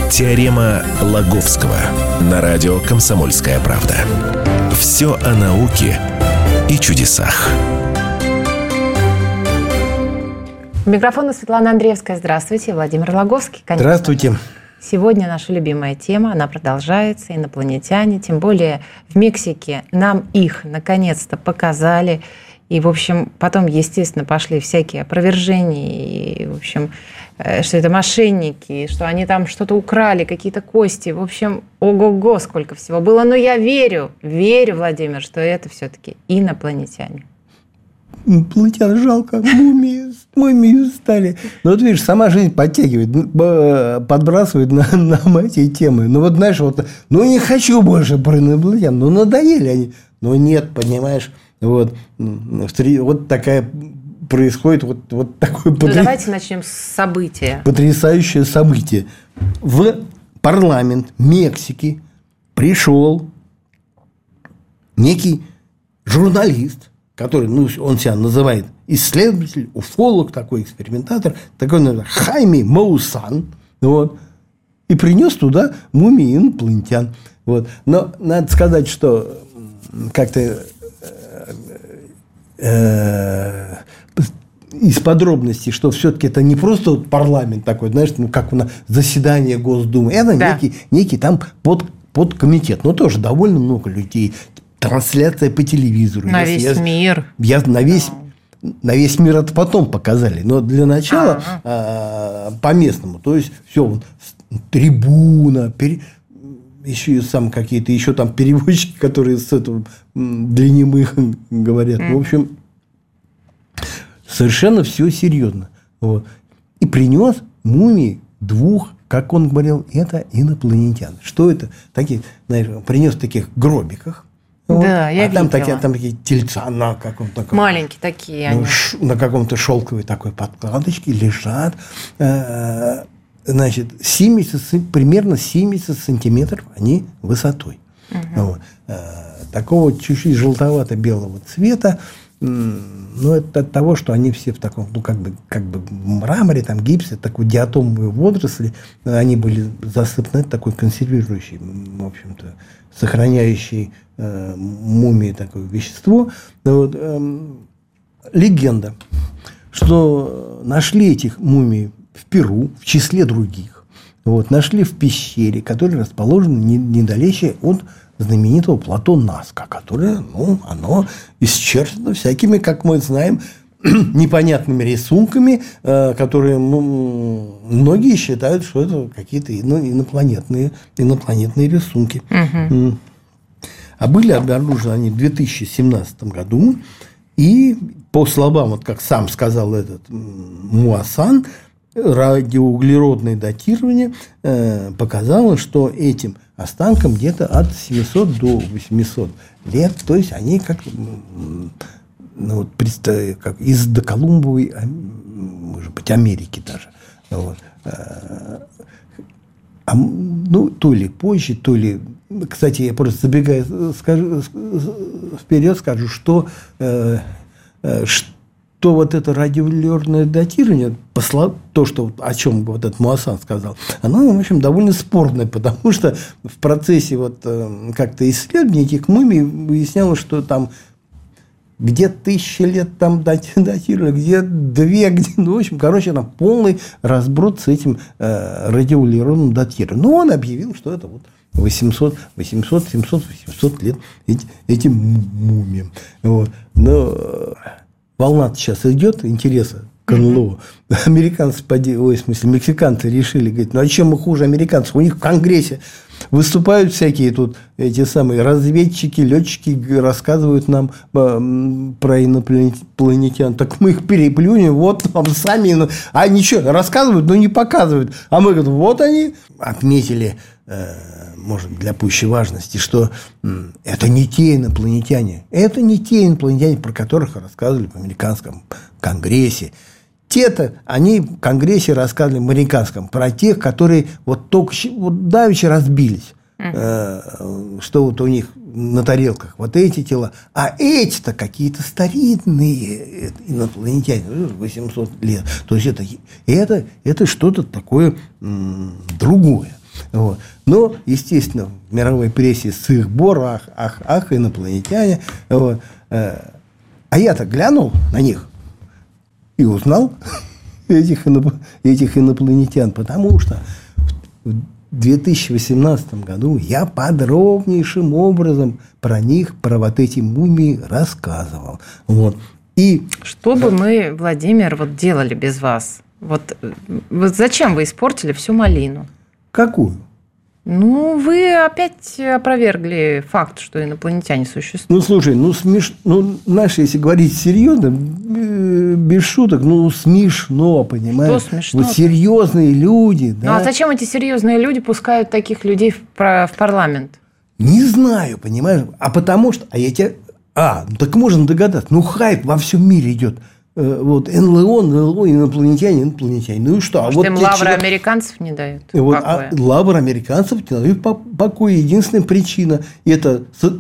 Теорема Лаговского на радио «Комсомольская правда». Все о науке и чудесах. У микрофона Светлана Андреевская. Здравствуйте. Владимир Лаговский. Конечно. Здравствуйте. Сегодня наша любимая тема, она продолжается, инопланетяне. Тем более в Мексике нам их наконец-то показали. И, в общем, потом, естественно, пошли всякие опровержения. И, в общем, что это мошенники, что они там что-то украли, какие-то кости. В общем, ого-го, сколько всего было. Но я верю, Владимир, что это все-таки инопланетяне. Инопланетян жалко, мумии стали. Но вот видишь, сама жизнь подтягивает, подбрасывает нам эти темы. Ну вот знаешь, не хочу больше про инопланетян, надоели они. Но нет, понимаешь, вот такая происходит, вот такое давайте начнем с события. Потрясающее событие. В парламент Мексики пришел некий журналист, который, он себя называет исследователь, уфолог, такой экспериментатор, такой, наверное, Хайме Маусан, и принес туда мумии инопланетян. Но надо сказать, что как-то из подробностей, что все-таки это не просто парламент такой, знаешь, как у нас заседание Госдумы, это некий там подкомитет, но тоже довольно много людей. Трансляция по телевизору. На весь мир. На весь мир это потом показали. Но для начала по местному. То есть, все, трибуна, еще там переводчики, которые с этого для немых говорят. В общем, совершенно все серьезно. И принес мумии двух, как он говорил, это инопланетян. Что это? Такие, знаешь, принес в таких гробиках. Да, я видела. Там такие тельца на каком-то... Маленькие такие они. На каком-то шелковой такой подкладочке лежат. Значит, примерно 70 сантиметров они высотой. Такого чуть-чуть желтовато-белого цвета. Это от того, что они все в таком, как бы мраморе, там гипсе, такой диатомовые водоросли, они были засыпаны, это такой консервирующий, в общем-то, сохраняющий мумии такое вещество. Легенда, что нашли этих мумий в Перу, в числе других. Нашли в пещере, которая расположена недалече от знаменитого плато Наска, которое, оно исчерчено всякими, как мы знаем, непонятными рисунками, которые многие считают, что это какие-то инопланетные рисунки. А были обнаружены они в 2017 году. И по словам, как сам сказал этот Муасан, радиоуглеродное датирование показало, что этим останкам где-то от 700 до 800 лет. То есть они как из доколумбовой, может быть, Америки даже. То ли позже, то ли... Кстати, я просто забегая вперед скажу, что это радиоуглеродное датирование, то, что, о чем этот Муасан сказал, оно, в общем, довольно спорное, потому что в процессе как-то исследований этих мумий выяснялось, что там где 1000 лет там датировали, где 2, в общем, там полный разброд с этим радиоуглеродным датированием. Но он объявил, что это 800, 700 лет этим мумиям. Но волна сейчас идет интереса к НЛО. Американцы, мексиканцы решили, говорить, а чем мы хуже американцев? У них в Конгрессе выступают всякие тут эти самые разведчики, летчики, рассказывают нам про инопланетян. Так мы их переплюнем, там сами. А ничего, рассказывают, но не показывают. А мы говорим, они отметили, может, для пущей важности, что это не те инопланетяне. Это не те инопланетяне, про которых рассказывали в американском Конгрессе. Те-то, они в Конгрессе рассказывали в американском про тех, которые только давеча разбились. Что у них на тарелках эти тела. А эти-то какие-то старинные инопланетяне, 800 лет. То есть это что-то такое другое. Вот. Но, естественно, в мировой прессе сых-бор, ах, инопланетяне. Вот. А я-то глянул на них и узнал этих инопланетян, потому что в 2018 году я подробнейшим образом про них, про вот эти мумии рассказывал. Вот. И что бы мы, Владимир, вот делали без вас? Вот зачем вы испортили всю малину? Какую? Ну, вы опять опровергли факт, что инопланетяне существуют. Ну, слушай, знаешь, если говорить серьезно, без шуток, смешно, понимаешь? Что смешно? Вот серьезные люди, да. Ну, а зачем эти серьезные люди пускают таких людей в парламент? Не знаю, понимаешь? А потому что... так можно догадаться. Хайп во всем мире идет. Вот НЛО, инопланетяне. Ну и что? Может, им лавры американцев не дают покоя? Лавры американцев не дают покоя. Единственная причина, это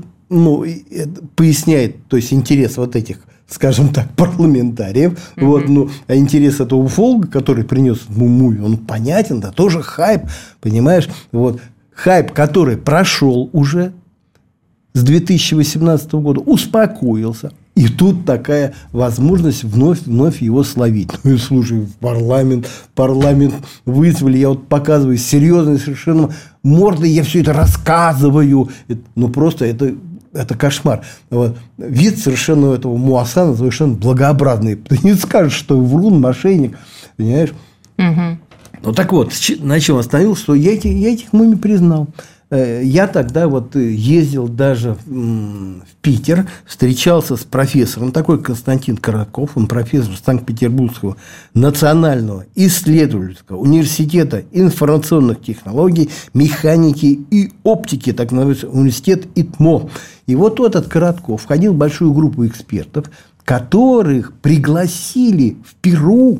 поясняет, то есть интерес вот этих, скажем так, парламентариев. А интерес этого уфолога, который принес мумию, он понятен, да, тоже хайп, понимаешь? Вот. Хайп, который прошел уже с 2018 года, успокоился. И тут такая возможность вновь его словить. Ну и слушай, в парламент вызвали, я вот показываю серьезно, совершенно мордой, я все это рассказываю. Просто это кошмар. Вот. Вид совершенно этого Муасана совершенно благообразный. Ты не скажешь, что врун, мошенник, понимаешь? Ну так вот, на чем остановился, что я этих мумий признал. Я тогда ездил даже в Питер, встречался с профессором, такой Константин Коротков, он профессор Санкт-Петербургского национального исследовательского университета информационных технологий, механики и оптики, так называется, университет ИТМО. И вот этот Коротков входил в большую группу экспертов, которых пригласили в Перу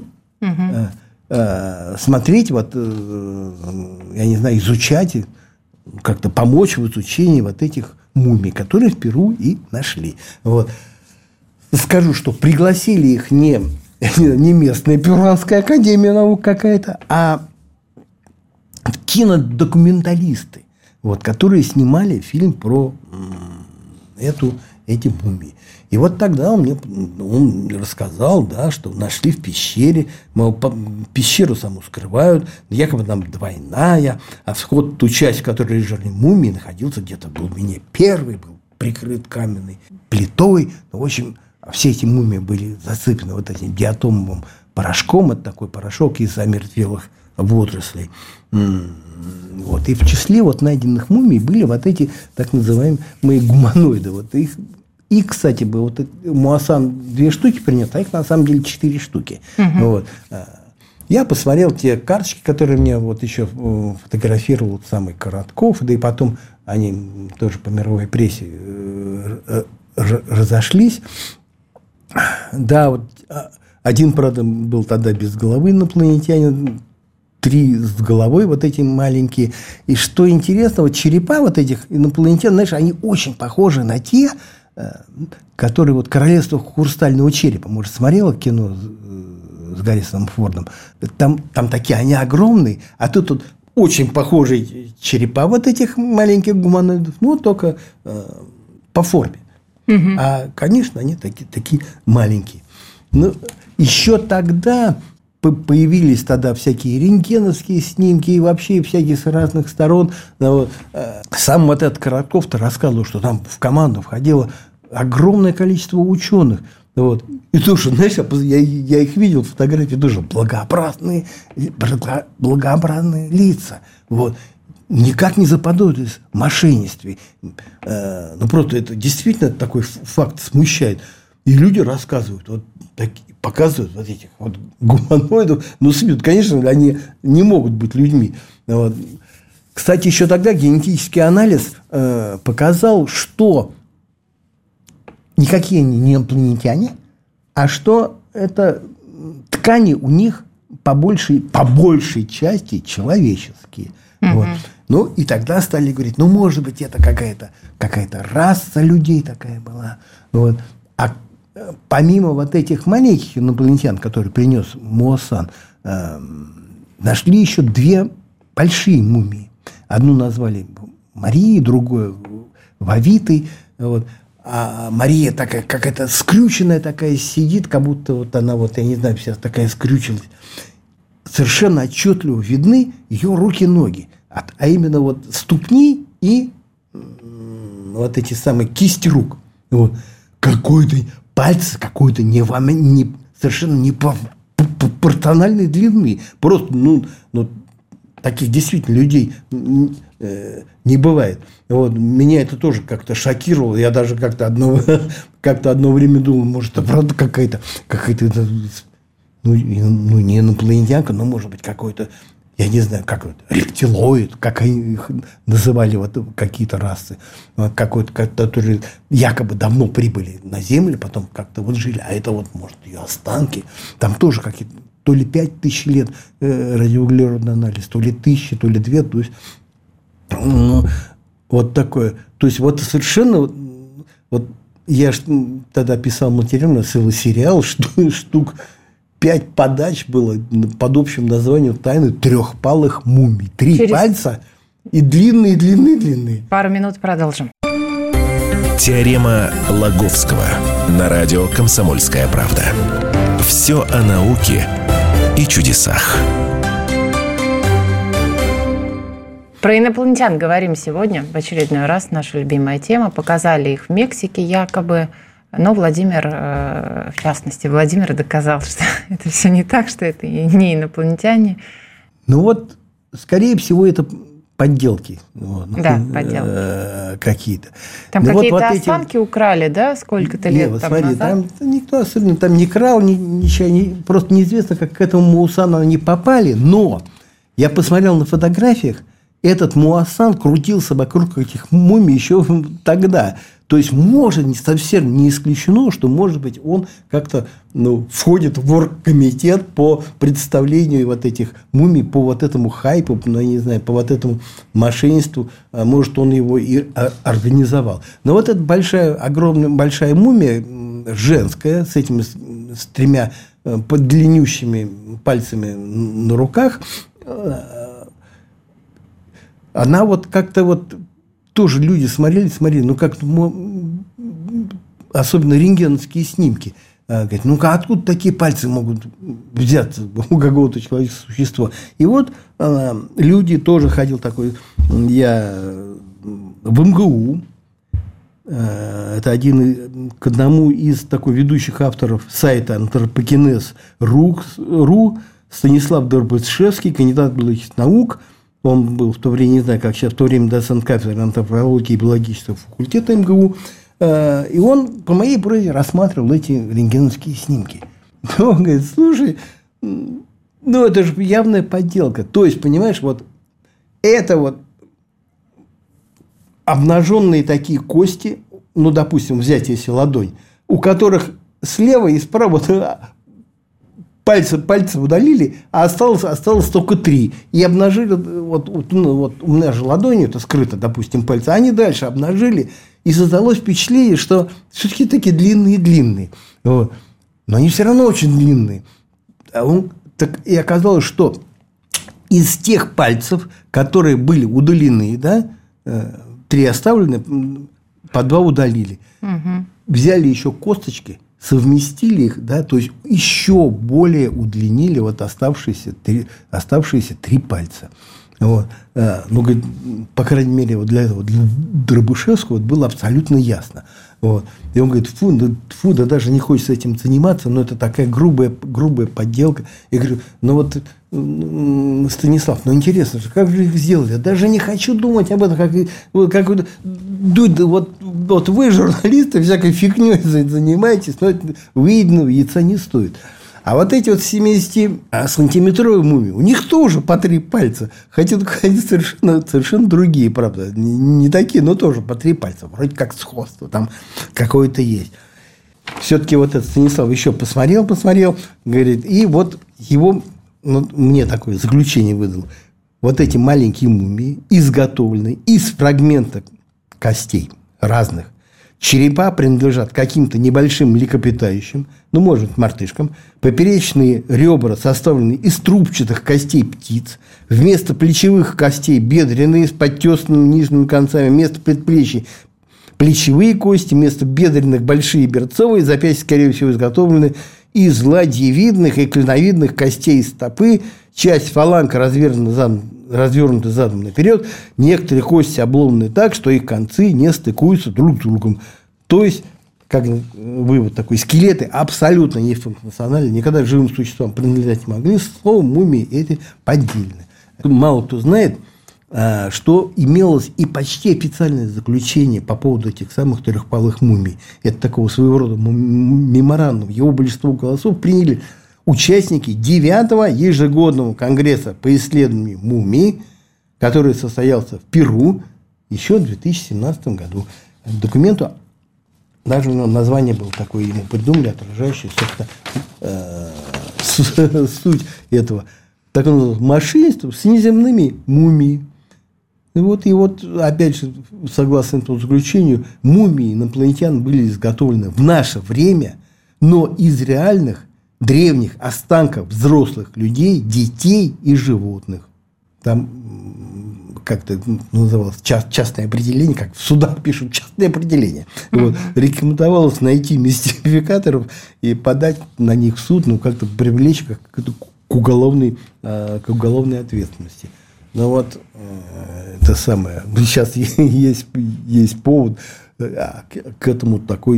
смотреть, я не знаю, изучать, как-то помочь в изучении вот этих мумий, которые в Перу и нашли. Вот. Скажу, что пригласили их не местная Перуанская академия наук какая-то, а кинодокументалисты, которые снимали фильм про эти мумии. И вот тогда он рассказал, да, что нашли в пещере, пещеру саму скрывают, якобы там двойная, а вход в ту часть, в которой лежали мумии, находился где-то в глубине. Первый был прикрыт каменной плитой. В общем, все эти мумии были засыпаны этим диатомовым порошком. Это такой порошок из омертвелых водорослей. И в числе найденных мумий были эти так называемые гуманоиды. И, кстати, Муасан 2 штуки принес, а их на самом деле 4 штуки. Я посмотрел те карточки, которые мне еще фотографировал самый Коротков, да и потом они тоже по мировой прессе разошлись. Да, один, правда, был тогда без головы инопланетянин, 3 с головой, эти маленькие. И что интересно, черепа этих инопланетян, знаешь, они очень похожи на те, которые «Королевство хрустального черепа». Может, смотрела кино с Гаррисоном Фордом? Там такие, они огромные, а тут очень похожие черепа этих маленьких гуманоидов, только по форме. А, конечно, они такие маленькие. Но еще тогда появились всякие рентгеновские снимки и вообще всякие с разных сторон. Сам этот Коротков-то рассказывал, что там в команду входило огромное количество ученых. И тоже, знаешь, я их видел, фотографии тоже благообразные лица. Никак не заподозрились в мошенничестве. Просто это действительно такой факт смущает. И люди рассказывают, показывают этих гуманоидов. Конечно, они не могут быть людьми. Кстати, еще тогда генетический анализ показал, что никакие они не инопланетяне, а что это ткани у них по большей части человеческие. И тогда стали говорить, может быть, это какая-то раса людей такая была. А помимо этих маленьких инопланетян, которые принес Муасан, нашли еще 2 большие мумии. Одну назвали Марией, другую Вавитой. Вот. А Мария такая, какая-то скрюченная такая сидит, как будто вот она, вот, я не знаю, вся такая скрючилась. Совершенно отчетливо видны ее руки-ноги. А именно вот ступни и вот эти самые кисти рук. Вот. Какой-то пальцы какой-то совершенно не пропорциональной длины. Просто, таких действительно людей не бывает. Вот. Меня это тоже как-то шокировало. Я даже как-то одно время думал, может, это правда какая-то не инопланетянка, но, может быть, какой-то, я не знаю, рептилоид, как они их называли, вот какие-то расы, которые якобы давно прибыли на Землю, потом как-то вот жили, а это вот, может, ее останки. Там тоже какие-то, то ли 5000 лет радиоуглеродный анализ, то ли 1000, то ли 2, то есть вот такое. То есть вот совершенно, вот я тогда писал материал, целый сериал, штук 5 подач было под общим названием «Тайны трехпалых мумий». 3 пальца и длинные. Пару минут продолжим. Теорема Лаговского на радио «Комсомольская правда». Все о науке и чудесах. Про инопланетян говорим сегодня в очередной раз. Наша любимая тема. Показали их в Мексике якобы. Но Владимир, в частности, доказал, что это все не так, что это не инопланетяне. Ну вот, скорее всего, это подделки. Да, подделки. Какие-то. Там какие-то останки украли, да, сколько-то лет вот там смотри, назад? Там никто особенно там не крал, ничего, просто неизвестно, как к этому Муасану они попали. Но я посмотрел на фотографиях, этот Муасан крутился вокруг этих мумий еще тогда. То есть, совсем не исключено, что, может быть, он как-то входит в оргкомитет по представлению вот этих мумий, по вот этому хайпу, я не знаю, по вот этому мошенничеству, может, он его и организовал. Но вот эта большая мумия, женская, с 3 длиннющими пальцами на руках, она вот как-то вот тоже люди смотрели, особенно рентгеновские снимки. Говорят, откуда такие пальцы могут взяться у какого-то человеческого существа? И вот люди, тоже ходил такой, я в МГУ, это к одному из ведущих авторов сайта Антропогенез.ру Станислав Дорбышевский, кандидат биологических наук. Он был в то время, не знаю, как сейчас, в то время доцент кафедры антропологии и биологического факультета МГУ. И он по моей просьбе рассматривал эти рентгеновские снимки. Он говорит, слушай, это же явная подделка. То есть, понимаешь, вот это вот обнаженные такие кости, допустим, взять если ладонь, у которых слева и справа пальцы удалили, а осталось только 3. И обнажили, вот у меня же ладонью это скрыто, допустим, пальцы, они дальше обнажили, и создалось впечатление, что все-таки такие длинные. Вот. Но они все равно очень длинные. И оказалось, что из тех пальцев, которые были удалены, 3 оставлены, по 2 удалили. Угу. Взяли еще косточки, совместили их, то есть еще более удлинили оставшиеся 3 пальца. Вот. Говорит, по крайней мере, для этого, для Дорбышевского было абсолютно ясно. Вот. И он говорит, да даже не хочется этим заниматься, но это такая грубая подделка. Я говорю, Станислав, интересно же, как же их сделали? Я даже не хочу думать об этом, как вы, журналисты, всякой фигней занимаетесь, но это выеденного яйца не стоит. А вот эти 70-сантиметровые мумии, у них тоже по 3 пальца. Хотя они совершенно другие, правда. Не такие, но тоже по 3 пальца. Вроде как сходство там какое-то есть. Все-таки этот Станислав еще посмотрел, говорит, и вот его, мне такое заключение выдал. Вот эти маленькие мумии, изготовленные из фрагментов костей разных, Черепа принадлежат каким-то небольшим млекопитающим, ну, может быть, мартышкам. Поперечные ребра составлены из трубчатых костей птиц. Вместо плечевых костей бедренные с подтесанными нижними концами. Вместо предплечий плечевые кости. Вместо бедренных большие берцовые. Запястья, скорее всего, изготовлены из ладьевидных и клиновидных костей стопы. Часть фаланга развернута задом наперед. Некоторые кости обломаны так, что их концы не стыкуются друг с другом. То есть, как вывод такой, скелеты абсолютно нефункциональны, никогда живым существам принадлежать не могли. Словом, мумии эти поддельны. Мало кто знает, что имелось и почти официальное заключение по поводу этих самых трехпалых мумий. Это такого своего рода меморандум. Его большинство голосов приняли участники 9-го ежегодного конгресса по исследованию мумий, который состоялся в Перу еще в 2017 году. Документу даже название было такое, ему придумали, отражающее, собственно, суть этого. Так он назывался «Мошенничество с неземными мумиями». И вот, опять же, согласно этому заключению, мумии инопланетян были изготовлены в наше время, но из реальных древних останков взрослых людей, детей и животных. Там как-то называлось частное определение, как в судах пишут частное определение. Вот. Рекомендовалось найти мистификаторов и подать на них в суд, как-то привлечь к уголовной ответственности. Но вот это самое. Сейчас есть повод к этому такой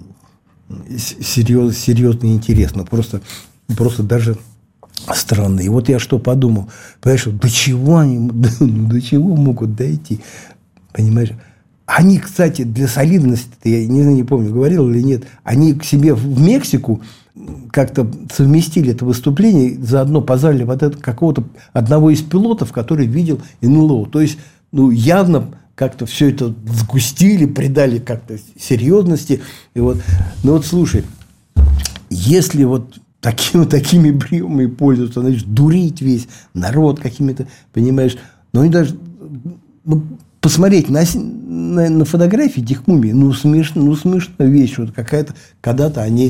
серьезный интерес. Но просто даже странно. И вот я что подумал. Понимаешь, до чего могут дойти? Понимаешь? Они, кстати, для солидности, я не помню, говорил или нет, они к себе в Мексику как-то совместили это выступление, заодно позвали вот это какого-то одного из пилотов, который видел НЛО. То есть, явно как-то все это сгустили, придали как-то серьезности. И вот, слушай, если вот такими приемами пользоваться, значит, дурить весь народ какими-то, понимаешь, они даже посмотреть на фотографии этих мумий, смешная вещь, вот какая-то, когда-то они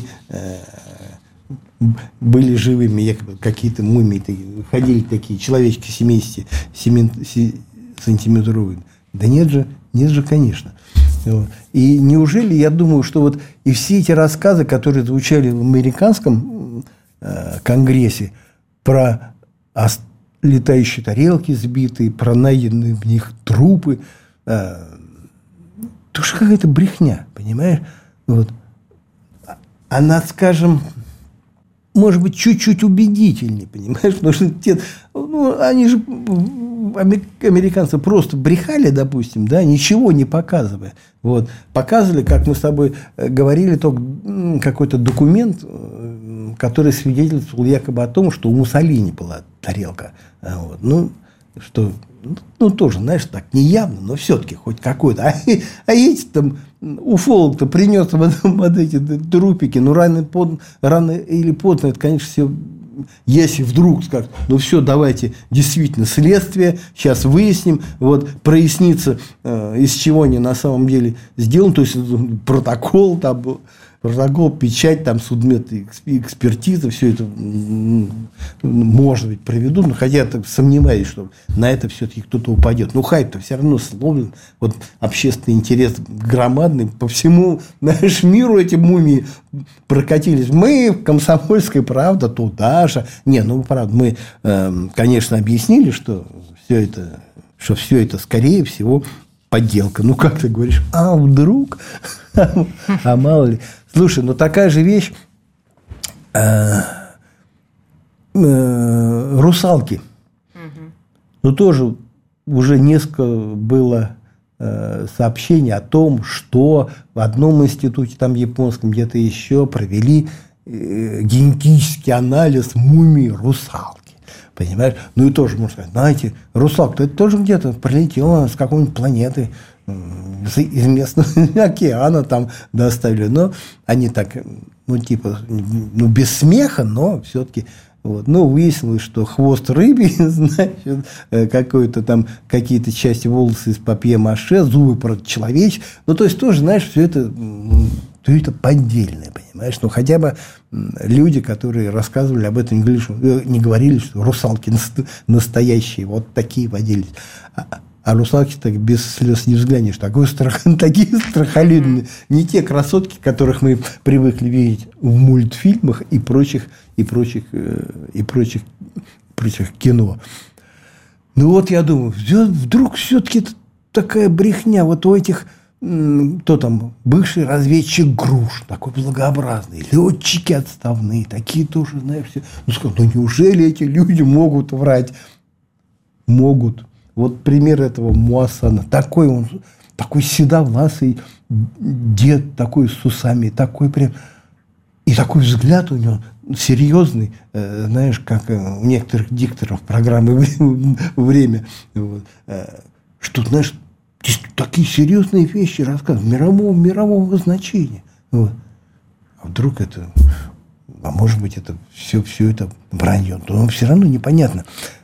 были живыми, якобы какие-то мумии, ходили такие человечки 70 сантиметровые. Да нет же, конечно. И неужели, я думаю, что вот и все эти рассказы, которые звучали в американском конгрессе про летающие тарелки сбитые, про найденные в них трупы, тоже какая-то брехня, понимаешь? Вот. Она, скажем, может быть, чуть-чуть убедительнее, понимаешь? Потому что они же, американцы, просто брехали, допустим, да, ничего не показывая. Вот. Показывали, как мы с тобой говорили, только какой-то документ, который свидетельствовал якобы о том, что у Муссолини была тарелка. Вот. Тоже, знаешь, так неявно, но все-таки хоть какой-то. А эти там, уфолог-то принес вот эти трупики, рано или поздно, это, конечно, все, если вдруг скажут, все, давайте, действительно, следствие, сейчас выясним, вот, прояснится, из чего они на самом деле сделаны, то есть, протокол, печать, судмедэкспертиза, все это, может быть, проведут, но хотя я сомневаюсь, что на это все-таки кто-то упадет. Но хайп-то все равно словлен, вот общественный интерес громадный, по всему нашему миру эти мумии прокатились. Мы, «Комсомольская правда», туда же. Правда, мы, конечно, объяснили, что все это, скорее всего, подделка. Как ты говоришь, вдруг? А мало ли. Слушай, такая же вещь, русалки. Тоже уже несколько было сообщений о том, что в одном институте, японском, где-то еще провели генетический анализ мумии русалки. Понимаешь? И тоже можно сказать, знаете, русалка, это тоже где-то прилетела с какой-нибудь планеты, из местного океана доставили. Но они так, без смеха, но все-таки Вот. Но выяснилось, что хвост рыбий, значит, какой-то там, какие-то части волосы из папье-маше, зубы человеческие. Ну, то есть, тоже, знаешь, все это поддельное, понимаешь? Ну, хотя бы люди, которые рассказывали об этом, не говорили, что русалки настоящие, вот такие водились. А русалки так без слез не взглянешь. Такие страхолюдные. Не те красотки, которых мы привыкли видеть в мультфильмах и прочих кино. Ну вот я думаю, вдруг все-таки такая брехня. Вот у этих, кто там, бывший разведчик Груш, такой благообразный, летчики отставные, такие тоже, знаешь, все. Ну неужели эти люди могут врать? Могут. Вот пример этого Муасана. Такой седовласый дед, такой с усами, такой прям... И такой взгляд у него серьезный, знаешь, как у некоторых дикторов программы «Время». Вот, что, знаешь, такие серьезные вещи рассказывают, мирового значения. Вот. А вдруг это... А может быть, это все это вранье. Но все равно непонятно.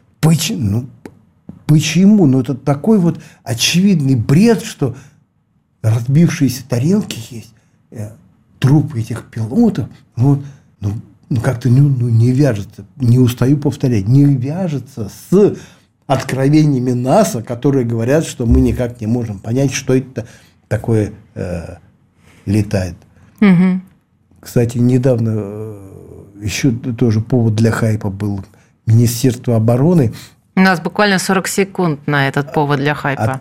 Почему? Ну, это такой вот очевидный бред, что разбившиеся тарелки есть, трупы этих пилотов, как-то не вяжется, не устаю повторять, не вяжется с откровениями НАСА, которые говорят, что мы никак не можем понять, что это такое летает. Угу. Кстати, недавно еще тоже повод для хайпа был. Министерство обороны... У нас буквально 40 секунд на этот повод для хайпа.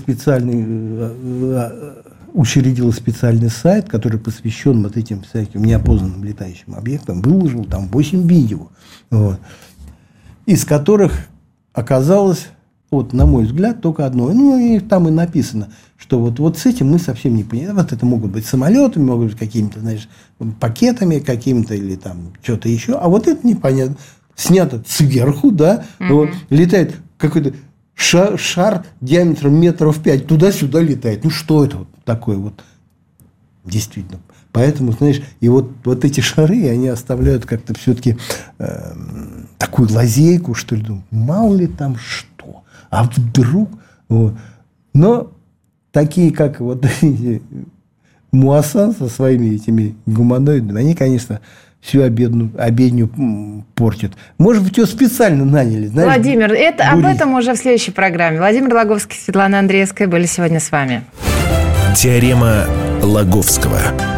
Учредила специальный сайт, который посвящен вот этим всяким неопознанным летающим объектам, выложил там 8 видео, вот, из которых оказалось, вот, на мой взгляд, только одно. Ну, и там и написано, что вот с этим мы совсем не понимаем. Вот это могут быть самолеты, могут быть какими-то, знаешь, пакетами какими-то или там что-то еще, а вот это непонятно. Снято сверху, да, вот, летает какой-то шар диаметром 5 метров, туда-сюда летает. Ну, что это вот такое вот? Действительно. Поэтому, знаешь, и вот эти шары, они оставляют как-то все-таки такую лазейку, что ли, мало ли там что. А вдруг... Вот. Но такие, как вот Муасан со своими этими гуманоидами, они, конечно... всю обедню портит. Может быть, его специально наняли. Знаешь, Владимир, об этом уже в следующей программе. Владимир Логовский, Светлана Андреевская были сегодня с вами. Теорема Лаговского.